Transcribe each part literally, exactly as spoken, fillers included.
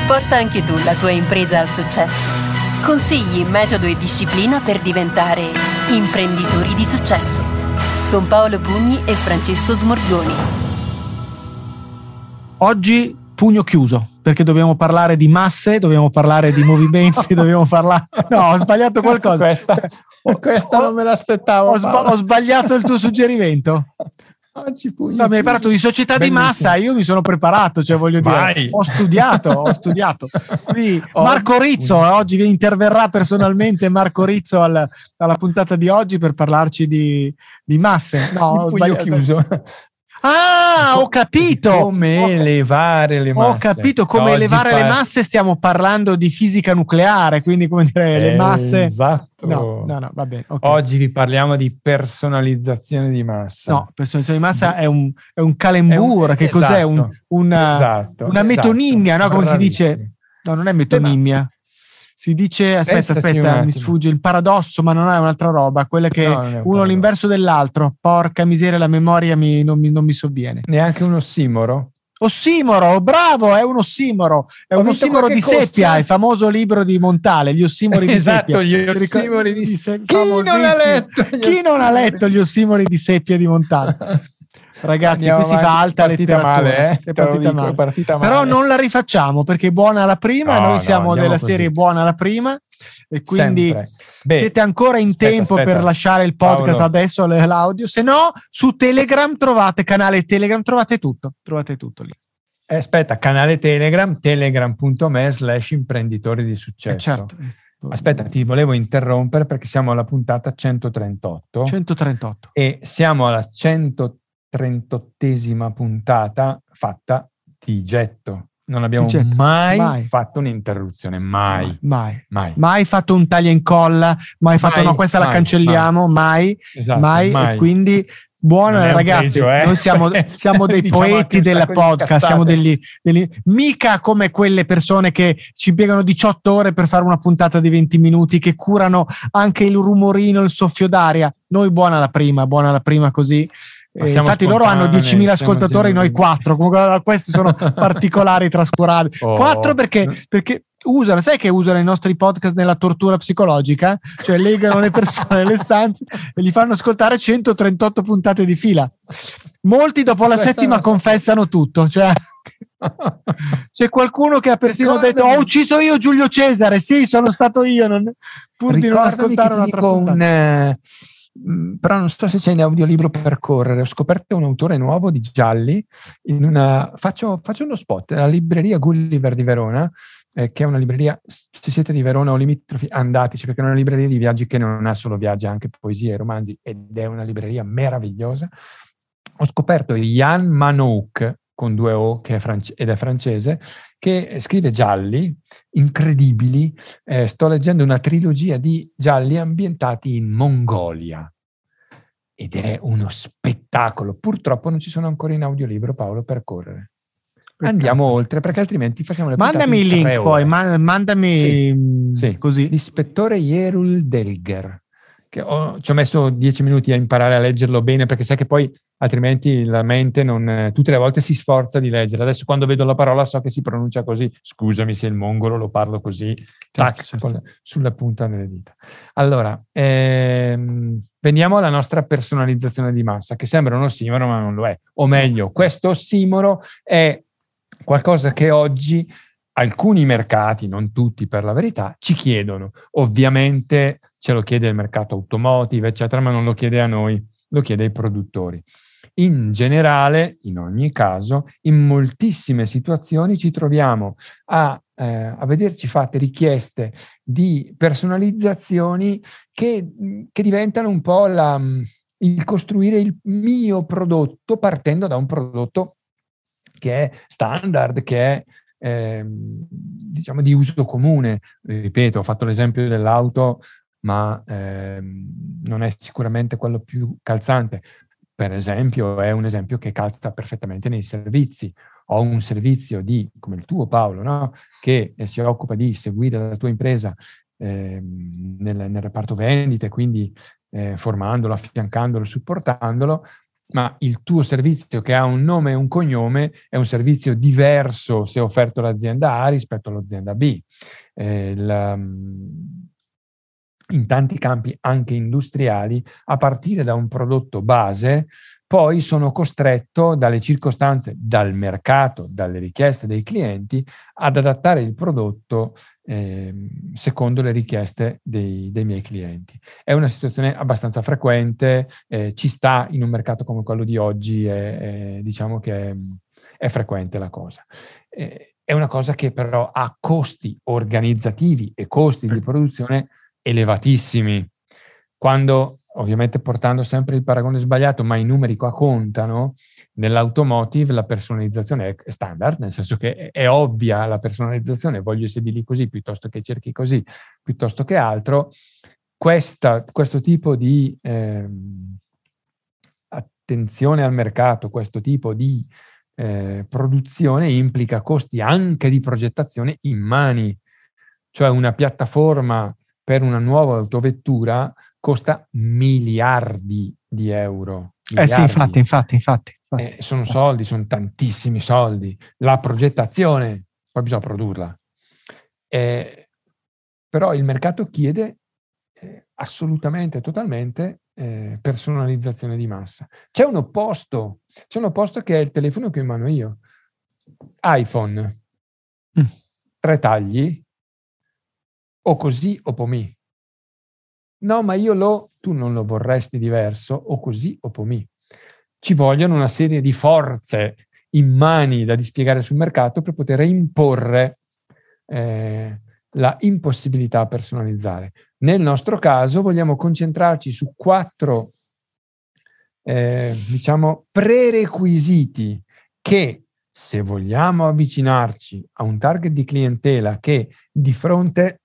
Porta anche tu la tua impresa al successo. Consigli, metodo e disciplina per diventare imprenditori di successo. Con Paolo Pugni e Francesco Smorgoni. Oggi pugno chiuso, perché dobbiamo parlare di masse, dobbiamo parlare di movimenti, dobbiamo parlare... No, ho sbagliato qualcosa. Questa, questa non me l'aspettavo. Ho, sba- ho sbagliato il tuo suggerimento. Oggi pugno No, mi hai parlato di società Bellissimo. di massa, io mi sono preparato, cioè voglio Vai. dire, ho studiato, ho studiato. Quindi Marco Rizzo, oggi interverrà personalmente Marco Rizzo al, alla puntata di oggi per parlarci di, di masse. No, ho pugno sbagliato. chiuso. Ah, ho capito! Come Ho- elevare le masse. Ho capito come Oggi elevare le par- masse, stiamo parlando di fisica nucleare, quindi come dire, le masse... Esatto. No, no, no, va bene. ok. Oggi vi parliamo di personalizzazione di massa. No, personalizzazione di massa è un, è un calembur, È un- che esatto, cos'è? Un, una, esatto, una esatto. metonimia, no? Come si dice? Bravissimo. No, non è metonimia. Si dice, aspetta, Pensaci un aspetta, mi attimo. sfugge il paradosso, ma non è un'altra roba, quella che No, non è un uno paradosso. l'inverso dell'altro. Porca miseria, la memoria mi, non, mi, non mi sovviene. Neanche un ossimoro? Ossimoro, bravo, è un ossimoro, è Ho un visto ossimoro di qualche Seppia, cosa. il famoso libro di Montale, gli ossimori di Esatto, Seppia. gli Ti ricordi- ossimori di Se- Chi non ha famosissimi. letto gli Chi non ha ossimori? letto gli ossimori di Seppia di Montale? Ragazzi, Andiamo qui si fa avanti, alta è partita letteratura. male, eh? È Te lo partita dico, male. è partita Però male. non la rifacciamo perché è buona la prima, No, noi no, siamo andiamo della così. serie buona la prima e quindi Sempre. Beh, siete ancora in aspetta, tempo aspetta. per lasciare il podcast Paolo. adesso l'audio, se no su Telegram trovate, canale Telegram, trovate tutto, trovate tutto lì. Eh, aspetta, canale Telegram, telegram.me slash imprenditori di successo. Eh, certo. Aspetta, ti volevo interrompere perché siamo alla puntata centotrentotto centotrentotto. e siamo alla centotrentottesima puntata fatta di getto. Non abbiamo Di getto. mai, Mai. fatto un'interruzione, mai, Mai. mai. Mai fatto un taglia e incolla, mai fatto Mai, no, questa la mai, cancelliamo, mai, Esatto, mai, mai. e quindi buono Non è un ragazzi, pregio, eh? noi siamo, siamo dei Diciamo anche poeti un della sacco di podcast, cazzate. siamo degli, degli mica come quelle persone che ci impiegano diciotto ore per fare una puntata di venti minuti, che curano anche il rumorino, il soffio d'aria. Noi buona la prima, buona la prima così. Ma Eh, siamo infatti loro hanno spontanei, diecimila siamo ascoltatori, noi genuini. quattro. Comunque questi sono particolari, trascurabili. Oh. Quattro perché, perché usano, sai che usano i nostri podcast nella tortura psicologica? Cioè legano le persone nelle stanze e gli fanno ascoltare centotrentotto puntate di fila. Molti dopo la Questa settima non so. confessano tutto, cioè c'è qualcuno che ha persino Ricordami- detto ho ucciso io Giulio Cesare, sì sono stato io, non... pur di non Ricordami che ascoltare ti un'altra dico puntata. un, eh, mh, però non so se c'è in audiolibro per correre. Ho scoperto un autore nuovo di gialli in una faccio, faccio uno spot nella libreria Gulliver di Verona, eh, che è una libreria, se siete di Verona o limitrofi andateci, perché è una libreria di viaggi che non ha solo viaggi, ha anche poesie e romanzi, ed è una libreria meravigliosa. Ho scoperto Yann Manouk con due O, che è france- ed è francese, che scrive gialli incredibili. Eh, sto leggendo una trilogia di gialli ambientati in Mongolia ed è uno spettacolo. Purtroppo non ci sono ancora in audiolibro, Paolo, per correre. Peccato. Andiamo oltre, perché altrimenti facciamo le puntate Mandami il in tre link ore. poi, ma- mandami Sì, mh, Sì. così. L'ispettore Yerul Delger, che ho- ci ho messo dieci minuti a imparare a leggerlo bene, perché sai che poi altrimenti la mente non, eh, tutte le volte si sforza di leggere. Adesso quando vedo la parola so che si pronuncia così, scusami se il mongolo lo parlo così, tac, certo. con la- sulla punta delle dita. Allora, ehm, veniamo alla nostra personalizzazione di massa, che sembra un ossimoro ma non lo è, o meglio, questo ossimoro è qualcosa che oggi alcuni mercati, non tutti per la verità, ci chiedono. Ovviamente ce lo chiede il mercato automotive, eccetera, ma non lo chiede a noi, lo chiede ai produttori. In generale, in ogni caso, in moltissime situazioni ci troviamo a, eh, a vederci fatte richieste di personalizzazioni che, che diventano un po' la, il costruire il mio prodotto partendo da un prodotto che è standard, che è eh, diciamo di uso comune. Ripeto, ho fatto l'esempio dell'auto, ma ehm, non è sicuramente quello più calzante. Per esempio, è un esempio che calza perfettamente nei servizi. Ho un servizio di, come il tuo Paolo, no? Che si occupa di seguire la tua impresa ehm, nel, nel reparto vendite, quindi eh, formandolo, affiancandolo, supportandolo. ma il tuo servizio che ha un nome e un cognome è un servizio diverso se offerto all'azienda A rispetto all'azienda B. Eh, la, in tanti campi, anche industriali, a partire da un prodotto base, poi sono costretto dalle circostanze, dal mercato, dalle richieste dei clienti, ad adattare il prodotto eh, secondo le richieste dei, dei miei clienti. È una situazione abbastanza frequente, eh, ci sta in un mercato come quello di oggi, è, è, diciamo che è, è frequente la cosa. Eh, è una cosa che però ha costi organizzativi e costi di produzione elevatissimi. Quando, ovviamente portando sempre il paragone sbagliato, ma i numeri qua contano, nell'automotive la personalizzazione è standard, nel senso che è, è ovvia la personalizzazione, voglio i sedili così piuttosto che cerchi così, piuttosto che altro. Questa, questo tipo di eh, attenzione al mercato, questo tipo di eh, produzione implica costi anche di progettazione immani, cioè una piattaforma per una nuova autovettura costa miliardi di euro. Miliardi. Eh sì, infatti, infatti, infatti. infatti, eh, sono infatti. soldi, sono tantissimi soldi. La progettazione, poi bisogna produrla. Eh, però il mercato chiede eh, assolutamente, totalmente eh, personalizzazione di massa. C'è un opposto, c'è un opposto che è il telefono che ho in mano io. iPhone, mm. tre tagli, o così o pomì. No, ma io lo, tu non lo vorresti diverso, o così o pomì. Ci vogliono una serie di forze immani da dispiegare sul mercato per poter imporre eh, la impossibilità a personalizzare. Nel nostro caso vogliamo concentrarci su quattro eh, diciamo prerequisiti che, se vogliamo avvicinarci a un target di clientela che di fronte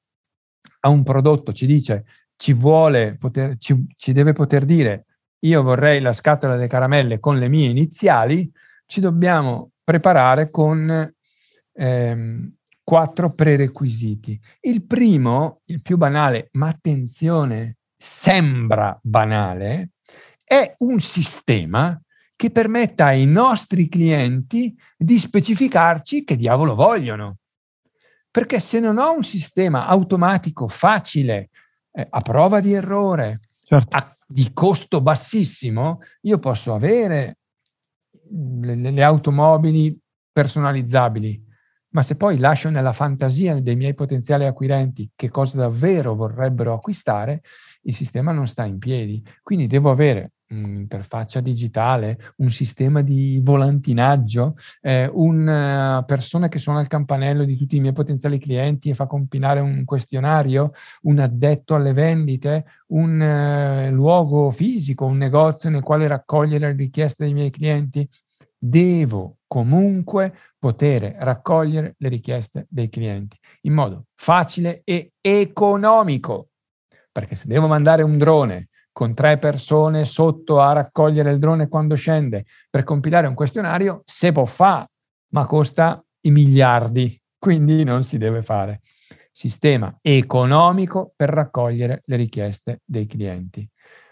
a un prodotto ci dice, ci vuole poter, ci, ci deve poter dire io vorrei la scatola delle caramelle con le mie iniziali, ci dobbiamo preparare con ehm, quattro prerequisiti. Il primo, il più banale, ma attenzione, sembra banale, è un sistema che permetta ai nostri clienti di specificarci che diavolo vogliono. Perché se non ho un sistema automatico, facile, eh, a prova di errore, certo. a, di costo bassissimo, io posso avere le, le automobili personalizzabili, ma se poi lascio nella fantasia dei miei potenziali acquirenti che cosa davvero vorrebbero acquistare, il sistema non sta in piedi. Quindi devo avere un'interfaccia digitale, un sistema di volantinaggio, eh, una persona che suona il campanello di tutti i miei potenziali clienti e fa compilare un questionario, un addetto alle vendite, un eh, luogo fisico, un negozio nel quale raccogliere le richieste dei miei clienti. Devo comunque poter raccogliere le richieste dei clienti in modo facile e economico, perché se devo mandare un drone con tre persone sotto a raccogliere il drone quando scende per compilare un questionario, se può fare, ma costa i miliardi, quindi non si deve fare. Sistema economico per raccogliere le richieste dei clienti.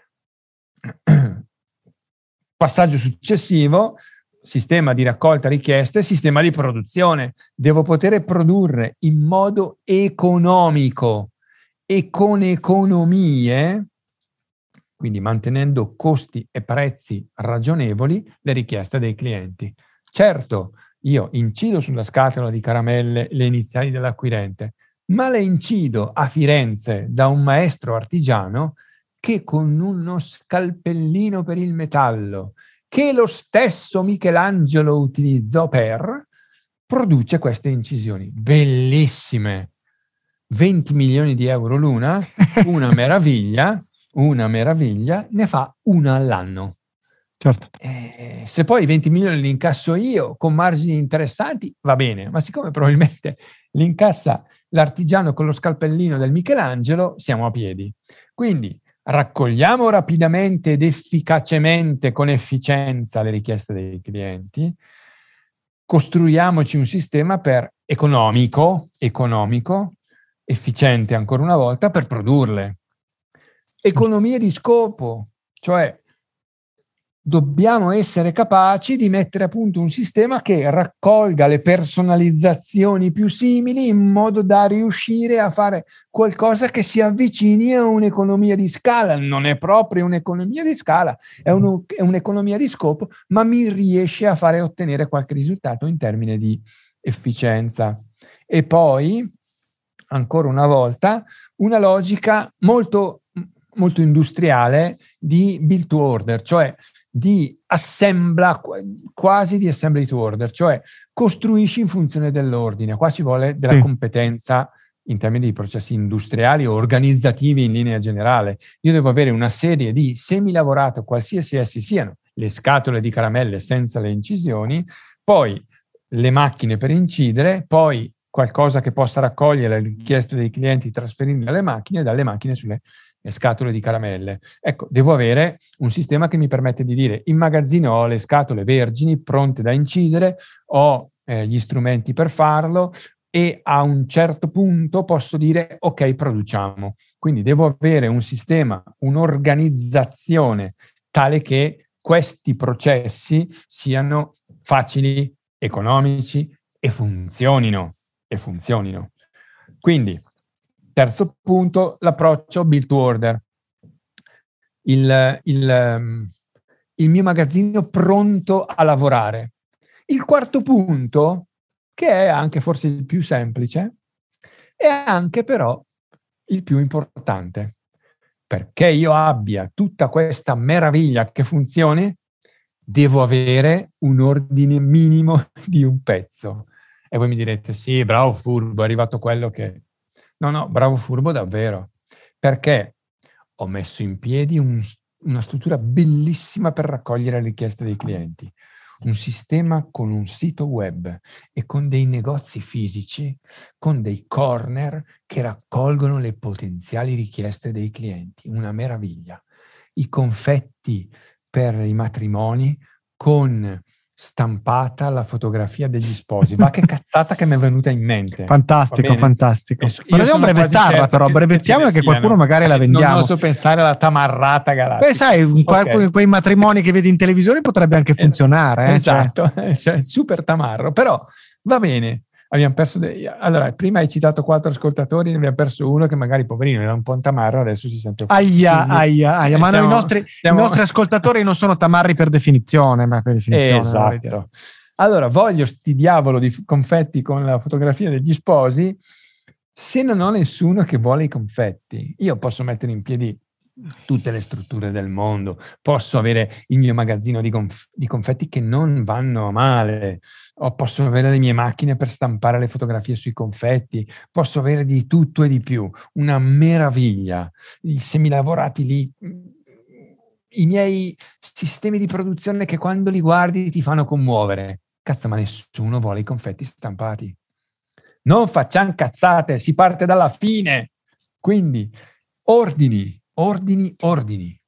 Passaggio successivo, sistema di raccolta richieste, sistema di produzione. Devo poter produrre in modo economico e con economie, quindi mantenendo costi e prezzi ragionevoli, le richieste dei clienti. Certo, io incido sulla scatola di caramelle le iniziali dell'acquirente, ma le incido a Firenze da un maestro artigiano che con uno scalpellino per il metallo, che lo stesso Michelangelo utilizzò per, produce queste incisioni bellissime. venti milioni di euro l'una, una meraviglia, una meraviglia, ne fa una all'anno. Certo. Eh, se poi venti milioni li incasso io con margini interessanti, va bene, ma siccome probabilmente li incassa l'artigiano con lo scalpellino del Michelangelo, siamo a piedi. Quindi raccogliamo rapidamente ed efficacemente, con efficienza, le richieste dei clienti, costruiamoci un sistema per economico, economico, efficiente ancora una volta, per produrle. Economie di scopo, cioè dobbiamo essere capaci di mettere a punto un sistema che raccolga le personalizzazioni più simili in modo da riuscire a fare qualcosa che si avvicini a un'economia di scala. Non è proprio un'economia di scala, è, uno, è un'economia di scopo, ma mi riesce a fare ottenere qualche risultato in termini di efficienza. E poi, ancora una volta, una logica molto, molto industriale di build to order, cioè di assembla, quasi di assembly to order, cioè costruisci in funzione dell'ordine. Qua ci vuole della sì. competenza in termini di processi industriali o organizzativi in linea generale. Io devo avere una serie di semilavorato, qualsiasi essi siano, le scatole di caramelle senza le incisioni, poi le macchine per incidere, poi qualcosa che possa raccogliere le richieste dei clienti, trasferirle alle macchine e dalle macchine sulle scatole di caramelle. Ecco, devo avere un sistema che mi permette di dire: in magazzino ho le scatole vergini pronte da incidere, ho eh, gli strumenti per farlo e a un certo punto posso dire ok, produciamo. Quindi devo avere un sistema, un'organizzazione tale che questi processi siano facili, economici e funzionino, e funzionino. Quindi terzo punto, l'approccio build to order. Il, il, il mio magazzino pronto a lavorare. Il quarto punto, che è anche forse il più semplice, è anche però il più importante. Perché io abbia tutta questa meraviglia che funzioni, devo avere un ordine minimo di un pezzo. E voi mi direte, sì, bravo furbo, è arrivato quello che... No, no, bravo furbo davvero, perché ho messo in piedi un, una struttura bellissima per raccogliere le richieste dei clienti, un sistema con un sito web e con dei negozi fisici, con dei corner che raccolgono le potenziali richieste dei clienti, una meraviglia. I confetti per i matrimoni con stampata la fotografia degli sposi. Ma che cazzata che mi è venuta in mente. Fantastico, fantastico. Dobbiamo brevettarla, però brevettiamola che qualcuno magari la vendiamo. Non oso pensare alla tamarrata galattica. Beh, sai, okay. quei matrimoni che vedi in televisione potrebbe anche funzionare. Eh, esatto, cioè. Cioè, super tamarro. Però va bene. Abbiamo perso dei... Allora, prima hai citato quattro ascoltatori, ne abbiamo perso uno che magari, poverino, era un po' un tamarro, adesso si sente... Aia, Quindi, aia, aia. Ma stiamo, i, nostri, stiamo... i nostri ascoltatori non sono tamarri per definizione, ma per definizione. Esatto. Allora, voglio sti diavolo di confetti con la fotografia degli sposi, se non ho nessuno che vuole i confetti. Io posso mettere in piedi tutte le strutture del mondo, posso avere il mio magazzino di, conf- di confetti che non vanno male, o posso avere le mie macchine per stampare le fotografie sui confetti, posso avere di tutto e di più, una meraviglia. I semilavorati lì, i miei sistemi di produzione che quando li guardi ti fanno commuovere. Cazzo, ma nessuno vuole i confetti stampati. Non facciamo cazzate, si parte dalla fine. Quindi ordini, ordini, ordini.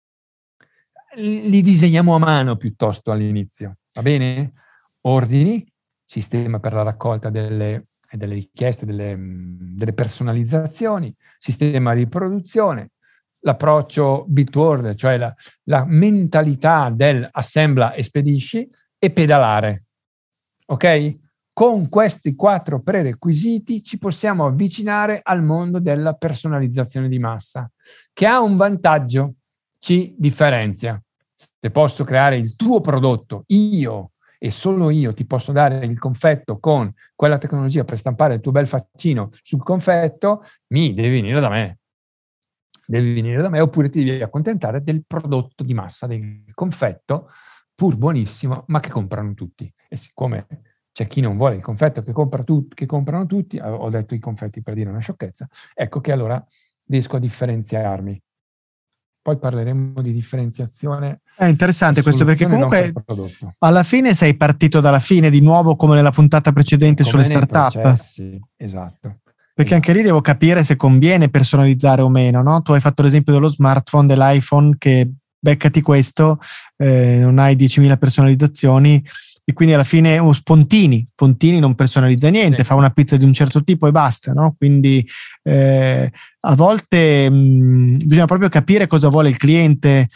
Li disegniamo a mano piuttosto all'inizio, va bene? Ordini, sistema per la raccolta delle, delle richieste, delle, delle personalizzazioni, sistema di produzione, l'approccio build to order, cioè la, la mentalità del assembla e spedisci, e pedalare. Ok? Con questi quattro prerequisiti ci possiamo avvicinare al mondo della personalizzazione di massa, che ha un vantaggio, ci differenzia. Se posso creare il tuo prodotto, io e solo io ti posso dare il confetto con quella tecnologia per stampare il tuo bel faccino sul confetto, mi devi venire da me. Devi venire da me oppure ti devi accontentare del prodotto di massa, del confetto, pur buonissimo, ma che comprano tutti. E siccome c'è chi non vuole il confetto che, compra tu, che comprano tutti, ho detto i confetti per dire una sciocchezza, ecco che allora riesco a differenziarmi. Poi parleremo di differenziazione. È interessante questo, perché comunque alla fine sei partito dalla fine, di nuovo come nella puntata precedente come sulle startup. Processi, esatto. Perché anche lì devo capire se conviene personalizzare o meno, no? Tu hai fatto l'esempio dello smartphone, dell'iPhone, che beccati questo, eh, non hai diecimila personalizzazioni e quindi alla fine oh, Spontini, Spontini non personalizza niente, sì. Fa una pizza di un certo tipo e basta, no? Quindi eh, a volte mh, bisogna proprio capire cosa vuole il cliente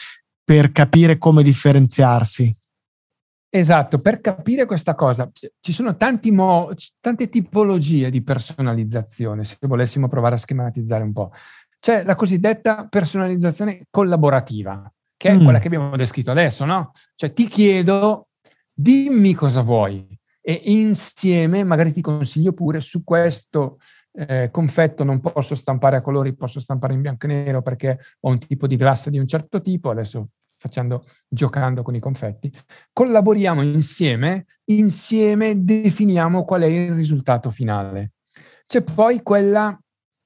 per capire come differenziarsi. Esatto, per capire questa cosa ci sono tanti mo- tante tipologie di personalizzazione, se volessimo provare a schematizzare un po'. C'è la cosiddetta personalizzazione collaborativa, che è mm. quella che abbiamo descritto adesso, no? Cioè ti chiedo, dimmi cosa vuoi e insieme magari ti consiglio pure su questo eh, confetto non posso stampare a colori, posso stampare in bianco e nero perché ho un tipo di glassa di un certo tipo, adesso facendo, giocando con i confetti, collaboriamo insieme, insieme definiamo qual è il risultato finale. C'è poi quella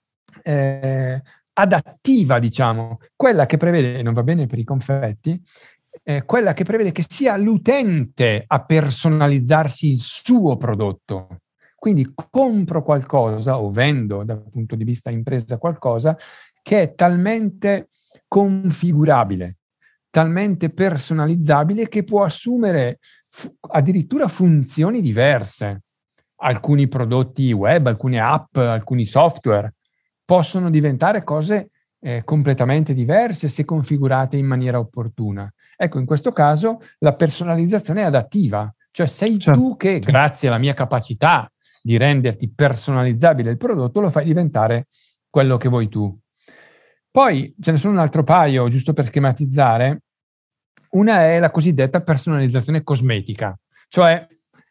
eh, adattiva, diciamo, quella che prevede, non va bene per i confetti, eh, quella che prevede che sia l'utente a personalizzarsi il suo prodotto. Quindi compro qualcosa o vendo dal punto di vista impresa qualcosa che è talmente configurabile, talmente personalizzabile che può assumere fu- addirittura funzioni diverse. Alcuni prodotti web, alcune app, alcuni software possono diventare cose eh, completamente diverse se configurate in maniera opportuna. Ecco, in questo caso la personalizzazione è adattiva, cioè sei certo. tu che, grazie alla mia capacità di renderti personalizzabile il prodotto, lo fai diventare quello che vuoi tu. Poi ce ne sono un altro paio, giusto per schematizzare. Una è la cosiddetta personalizzazione cosmetica, cioè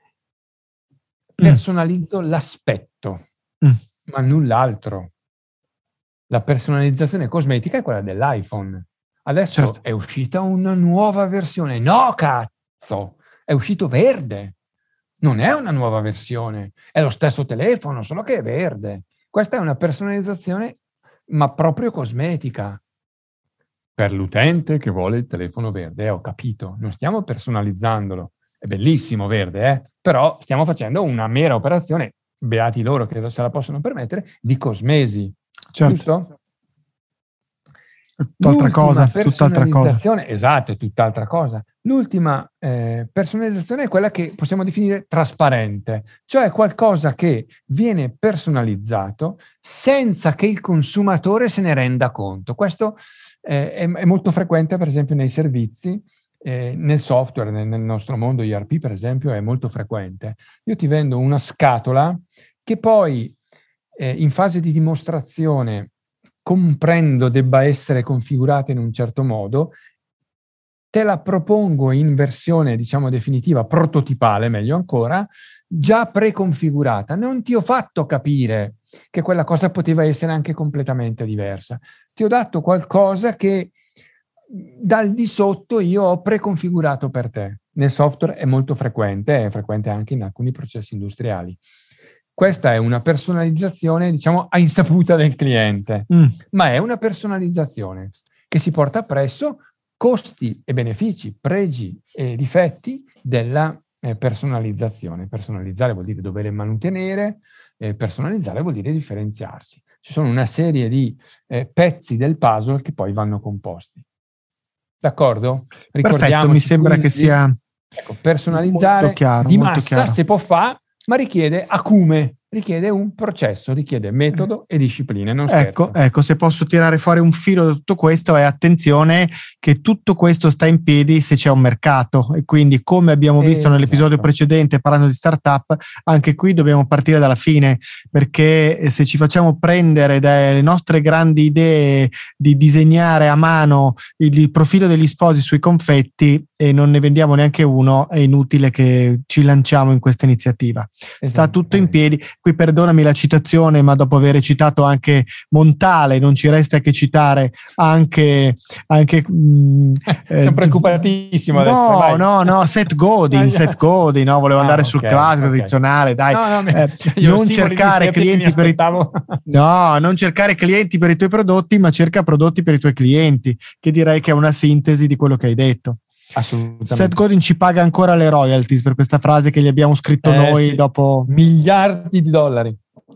personalizzo mm. l'aspetto, mm. ma null'altro. La personalizzazione cosmetica è quella dell'iPhone. Adesso certo. è uscita una nuova versione. No, cazzo! È uscito verde. Non è una nuova versione. È lo stesso telefono, solo che è verde. Questa è una personalizzazione ma proprio cosmetica, per l'utente che vuole il telefono verde, eh, ho capito, non stiamo personalizzandolo, è bellissimo verde, eh? Però stiamo facendo una mera operazione, beati loro che se la possono permettere, di cosmesi, certo. giusto? Tutt'altra cosa, tutt'altra cosa. Esatto, è tutt'altra cosa. L'ultima eh, personalizzazione è quella che possiamo definire trasparente, cioè qualcosa che viene personalizzato senza che il consumatore se ne renda conto. Questo eh, è, è molto frequente, per esempio, nei servizi, eh, nel software, nel, nel nostro mondo I R P, per esempio, è molto frequente. Io ti vendo una scatola che poi eh, in fase di dimostrazione comprendo debba essere configurata in un certo modo, te la propongo in versione, diciamo, definitiva, prototipale, meglio ancora, già preconfigurata. Non ti ho fatto capire che quella cosa poteva essere anche completamente diversa. Ti ho dato qualcosa che dal di sotto io ho preconfigurato per te. Nel software è molto frequente, è frequente anche in alcuni processi industriali. Questa è una personalizzazione, diciamo, a insaputa del cliente, mm. ma è una personalizzazione che si porta appresso costi e benefici, pregi e difetti della eh, personalizzazione. Personalizzare vuol dire dover mantenere, eh, personalizzare vuol dire differenziarsi. Ci sono una serie di eh, pezzi del puzzle che poi vanno composti. D'accordo? Perfetto, mi sembra quindi, che sia ecco, personalizzare molto chiaro, di molto massa chiaro. si può fare, ma richiede acume, richiede un processo, richiede metodo e discipline, non ecco, scherzo. Ecco, se posso tirare fuori un filo da tutto questo è attenzione che tutto questo sta in piedi se c'è un mercato e quindi come abbiamo visto esatto. nell'episodio precedente parlando di startup, anche qui dobbiamo partire dalla fine perché se ci facciamo prendere dalle nostre grandi idee di disegnare a mano il, il profilo degli sposi sui confetti e non ne vendiamo neanche uno, è inutile che ci lanciamo in questa iniziativa. Esatto. Sta tutto in piedi. Qui perdonami la citazione, ma dopo aver citato anche Montale, non ci resta che citare anche... anche mh, eh, Sono preoccupatissimo no, adesso. Vai. No, no, Seth Godin, Seth Godin, no, volevo ah, andare okay, sul classico okay. tradizionale, dai. No, no, eh, non cercare clienti per i No, non cercare clienti per i tuoi prodotti, ma cerca prodotti per i tuoi clienti, che direi che è una sintesi di quello che hai detto. Assolutamente. Seth Godin ci paga ancora le royalties per questa frase che gli abbiamo scritto eh, noi sì. dopo miliardi di dollari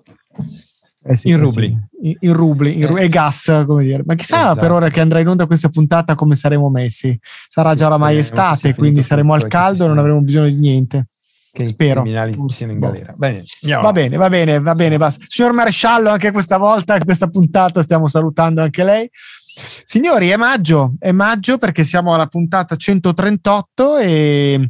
eh sì, in eh rubli sì. in, in rubli in, eh. e gas, come dire. Ma chissà esatto. per ora che andrà in onda questa puntata come saremo messi. Sarà sì, già oramai estate, quindi saremo al caldo e non avremo bisogno di niente. Che spero i criminali siano in galera. Bene, va bene, va bene, va bene. Basta. Signor Maresciallo, anche questa volta, questa puntata stiamo salutando anche lei. Signori, è maggio, è maggio perché siamo alla puntata centotrentotto e,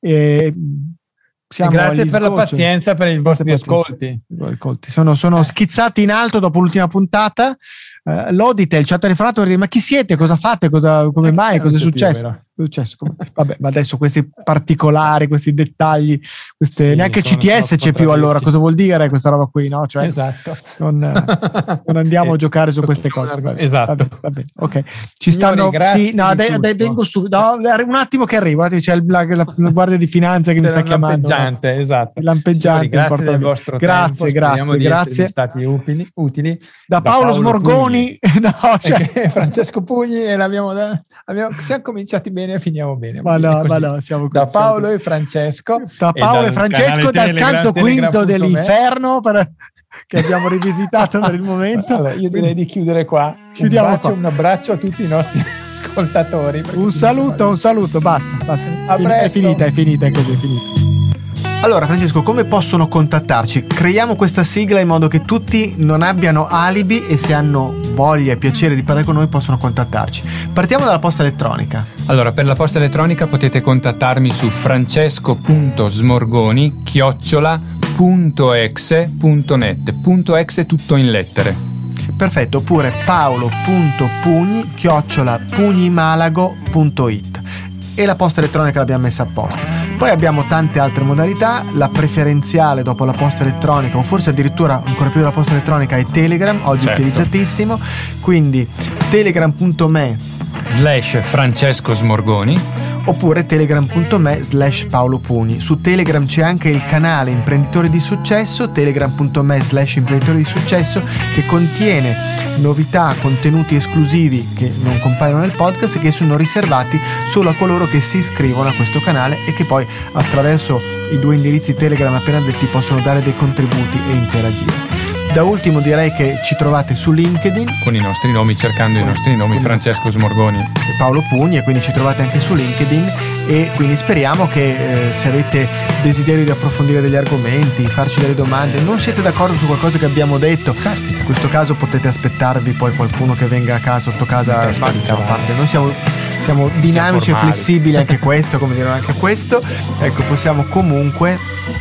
e siamo e grazie per sgocci. la pazienza, per i vostri ascolti. ascolti. Sono, sono eh. schizzati in alto dopo l'ultima puntata. Uh, L'Odite, il chat telefonato per dire: ma chi siete? Cosa fate? Cosa, come mai? Cosa è successo? Più, successo? Vabbè, ma adesso questi particolari, questi dettagli, queste, sì, neanche C T S c'è più, allora cosa vuol dire questa roba qui? No? Cioè, esatto. Non, non andiamo a giocare su queste cose. Vabbè, esatto. Va bene, va bene. Ok. Ci Signori, stanno. grazie sì, no, dai, dai, vengo su. No, un attimo che arrivo. C'è il, la, la, la guardia di finanza che mi sta chiamando. Lampeggiante, no? Esatto. Lampeggiante. Signori, grazie del vostro grazie, tempo. grazie, grazie. Stati utili, utili. Da, da Paolo, Paolo Smorgoni, no, cioè. Francesco Pugni, e l'abbiamo da, abbiamo, siamo cominciati bene e finiamo bene. Ma no, ma no, siamo da Paolo e Francesco. Da Paolo e, e Francesco dal canto quinto dell'inferno per, che abbiamo rivisitato per il momento. Allora, io direi di chiudere qua. Chiudiamo un, bacio, qua. un abbraccio a tutti i nostri ascoltatori. Un saluto, un saluto, basta, basta. A Fin- è finita, è finita, è così, è finita. Allora Francesco, come possono contattarci? Creiamo questa sigla in modo che tutti non abbiano alibi e se hanno voglia e piacere di parlare con noi possono contattarci. Partiamo dalla posta elettronica. Allora, per la posta elettronica potete contattarmi su francesco punto smorgoni chiocciola punto exe punto net. Punto exe tutto in lettere. Perfetto, oppure paolo punto pugni chiocciola pugnimalago punto it. E la posta elettronica l'abbiamo messa apposta. Poi abbiamo tante altre modalità, la preferenziale dopo la posta elettronica, o forse addirittura ancora più della posta elettronica, è Telegram, oggi certo. utilizzatissimo, quindi telegram punto me slash Francesco Smorgoni oppure telegram punto me slash Paolo Pugni. Su Telegram c'è anche il canale Imprenditori di Successo, telegram punto me slash Imprenditori di Successo, che contiene novità, contenuti esclusivi che non compaiono nel podcast e che sono riservati solo a coloro che si iscrivono a questo canale e che poi attraverso i due indirizzi Telegram appena detti possono dare dei contributi e interagire. Da ultimo direi che ci trovate su LinkedIn con i nostri nomi, cercando i nostri nomi, Francesco Smorgoni e Paolo Pugni, e quindi ci trovate anche su LinkedIn, e quindi speriamo che eh, se avete desiderio di approfondire degli argomenti, farci delle domande, non siete d'accordo su qualcosa che abbiamo detto, Caspita. in questo caso potete aspettarvi poi qualcuno che venga a casa, sotto casa, testa di diciamo, parte. Noi siamo, siamo dinamici e flessibili, anche questo, come dire, anche questo, ecco, possiamo comunque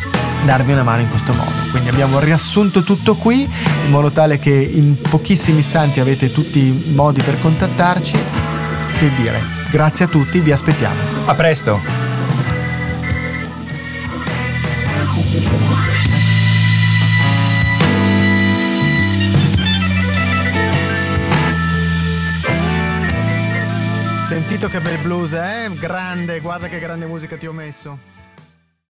darvi una mano in questo modo. Quindi abbiamo riassunto tutto qui in modo tale che in pochissimi istanti avete tutti i modi per contattarci. Che dire, grazie a tutti, vi aspettiamo. A presto. Sentito che bel blues, eh? Grande, guarda che grande musica ti ho messo.